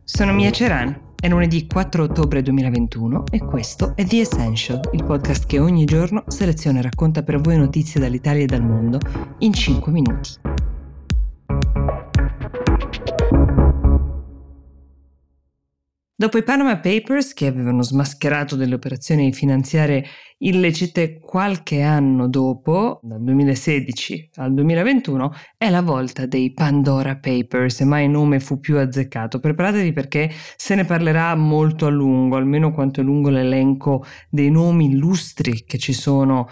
Sono Mia Ceran, è lunedì 4 ottobre 2021 e questo è The Essential, il podcast che ogni giorno seleziona e racconta per voi notizie dall'Italia e dal mondo in 5 minuti. Dopo i Panama Papers, che avevano smascherato delle operazioni finanziarie illecite qualche anno dopo, dal 2016 al 2021, è la volta dei Pandora Papers e mai il nome fu più azzeccato. Preparatevi perché se ne parlerà molto a lungo, almeno quanto è lungo l'elenco dei nomi illustri che ci sono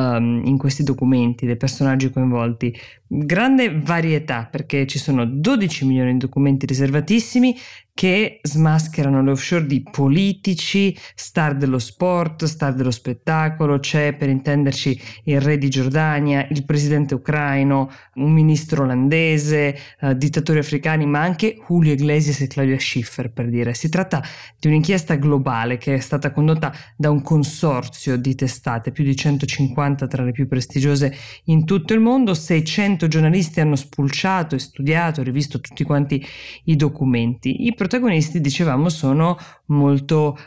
in questi documenti, dei personaggi coinvolti. Grande varietà perché ci sono 12 milioni di documenti riservatissimi che smascherano le offshore di politici, star dello sport, star dello spettacolo. C'è, per intenderci, il re di Giordania, il presidente ucraino, un ministro olandese, dittatori africani, ma anche Julio Iglesias e Claudia Schiffer, per dire. Si tratta di un'inchiesta globale che è stata condotta da un consorzio di testate, più di 150 tra le più prestigiose in tutto il mondo. 600 giornalisti hanno spulciato e studiato e rivisto tutti quanti i documenti. I protagonisti, dicevamo, sono molto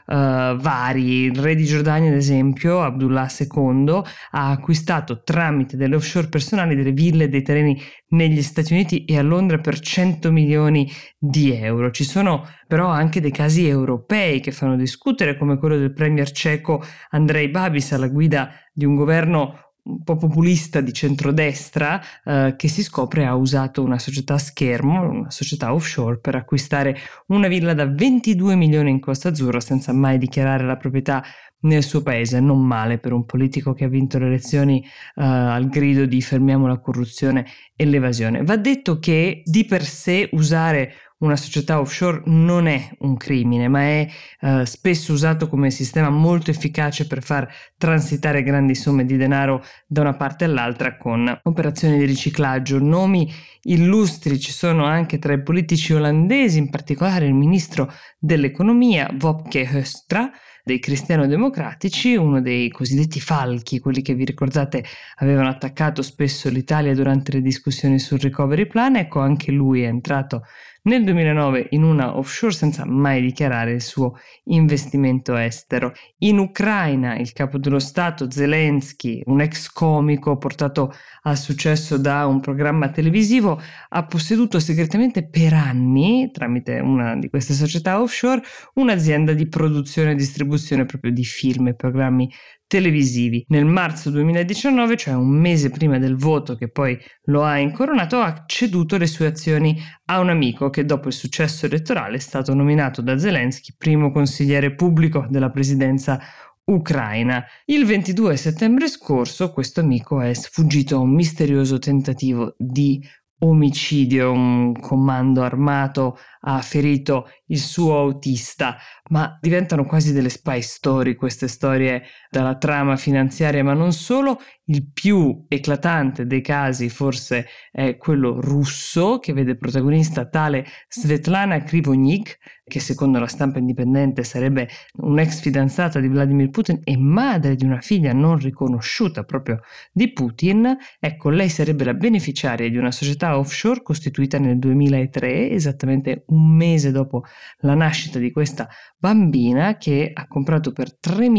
vari. Il re di Giordania, ad esempio, Abdullah II, ha acquistato tramite delle offshore personali delle ville e dei terreni negli Stati Uniti e a Londra per 100 milioni di euro. Ci sono però anche dei casi europei che fanno discutere, come quello del premier ceco Andrej Babis alla guida di un governo un po' populista di centrodestra che si scopre ha usato una società schermo, una società offshore, per acquistare una villa da 22 milioni in Costa Azzurra senza mai dichiarare la proprietà nel suo paese. Non male per un politico che ha vinto le elezioni al grido di fermiamo la corruzione e l'evasione. Va detto che di per sé usare una società offshore non è un crimine, ma è spesso usato come sistema molto efficace per far transitare grandi somme di denaro da una parte all'altra con operazioni di riciclaggio. Nomi illustri ci sono anche tra i politici olandesi, in particolare il ministro dell'economia Wopke Hoekstra dei cristiano-democratici, uno dei cosiddetti falchi, quelli che vi ricordate avevano attaccato spesso l'Italia durante le discussioni sul recovery plan. Ecco, anche lui è entrato nel 2009 in una offshore senza mai dichiarare il suo investimento estero. In Ucraina il capo dello Stato Zelensky, un ex comico portato al successo da un programma televisivo, ha posseduto segretamente per anni, tramite una di queste società offshore, un'azienda di produzione e distribuzione proprio di film e programmi televisivi. Nel marzo 2019, cioè un mese prima del voto che poi lo ha incoronato, ha ceduto le sue azioni a un amico che dopo il successo elettorale è stato nominato da Zelensky primo consigliere pubblico della presidenza ucraina. Il 22 settembre scorso questo amico è sfuggito a un misterioso tentativo di omicidio. Un comando armato ha ferito il suo autista, ma diventano quasi delle spy story queste storie dalla trama finanziaria, ma non solo. Il più eclatante dei casi forse è quello russo, che vede protagonista tale Svetlana Krivonyk, che secondo la stampa indipendente sarebbe un'ex fidanzata di Vladimir Putin e madre di una figlia non riconosciuta proprio di Putin. Ecco, lei sarebbe la beneficiaria di una società offshore costituita nel 2003, esattamente un mese dopo la nascita di questa bambina, che ha comprato per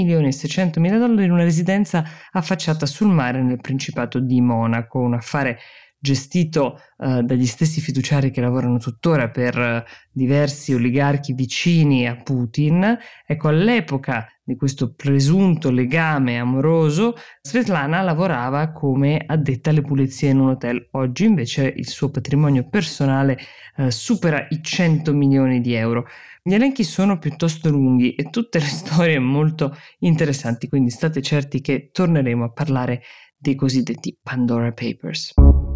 $3.600.000 una residenza affacciata sul mare nel Principato di Monaco, un affare gestito dagli stessi fiduciari che lavorano tuttora per diversi oligarchi vicini a Putin. Ecco, all'epoca di questo presunto legame amoroso, Svetlana lavorava come addetta alle pulizie in un hotel. Oggi invece il suo patrimonio personale supera i 100 milioni di euro. Gli elenchi sono piuttosto lunghi e tutte le storie molto interessanti, quindi state certi che torneremo a parlare dei cosiddetti Pandora Papers.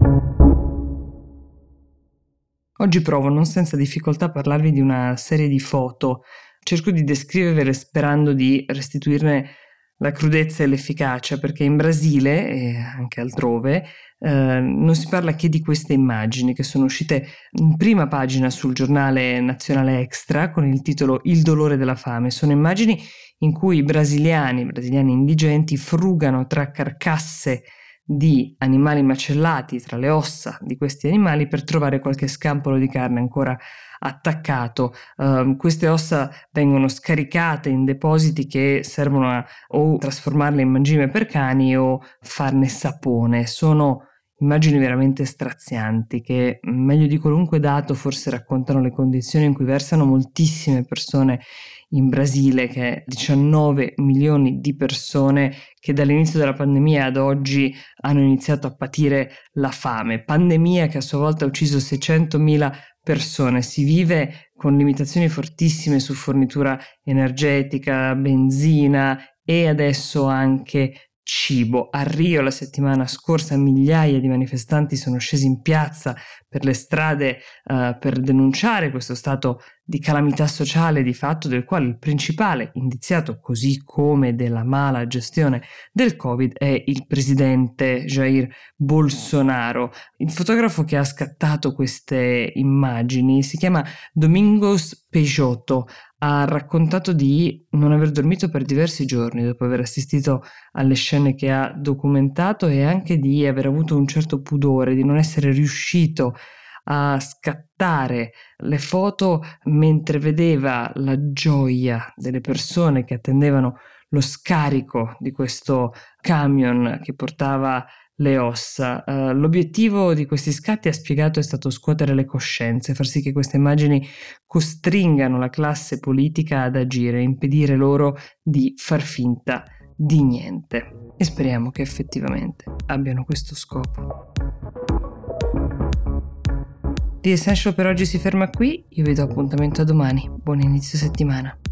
Oggi provo non senza difficoltà a parlarvi di una serie di foto. Cerco di descrivervele sperando di restituirne la crudezza e l'efficacia, perché in Brasile e anche altrove non si parla che di queste immagini che sono uscite in prima pagina sul giornale nazionale Extra con il titolo Il dolore della fame. Sono immagini in cui brasiliani indigenti frugano tra carcasse di animali macellati tra le ossa di questi animali per trovare qualche scampolo di carne ancora attaccato. Queste ossa vengono scaricate in depositi che servono a o trasformarle in mangime per cani o farne sapone. Sono immagini veramente strazianti che, meglio di qualunque dato, forse raccontano le condizioni in cui versano moltissime persone in Brasile, che è 19 milioni di persone che dall'inizio della pandemia ad oggi hanno iniziato a patire la fame. Pandemia che a sua volta ha ucciso 600.000 persone. Si vive con limitazioni fortissime su fornitura energetica, benzina e adesso anche cibo. A Rio la settimana scorsa migliaia di manifestanti sono scesi in piazza per le strade per denunciare questo stato di calamità sociale di fatto, del quale il principale indiziato, così come della mala gestione del Covid, è il presidente Jair Bolsonaro. Il fotografo che ha scattato queste immagini si chiama Domingos Peixoto. Ha raccontato di non aver dormito per diversi giorni dopo aver assistito alle scene che ha documentato e anche di aver avuto un certo pudore, di non essere riuscito a scattare le foto mentre vedeva la gioia delle persone che attendevano lo scarico di questo camion che portava le ossa. L'obiettivo di questi scatti, ha spiegato, è stato scuotere le coscienze, far sì che queste immagini costringano la classe politica ad agire, impedire loro di far finta di niente. E speriamo che effettivamente abbiano questo scopo. The Essential per oggi si ferma qui, io vi do appuntamento a domani. Buon inizio settimana.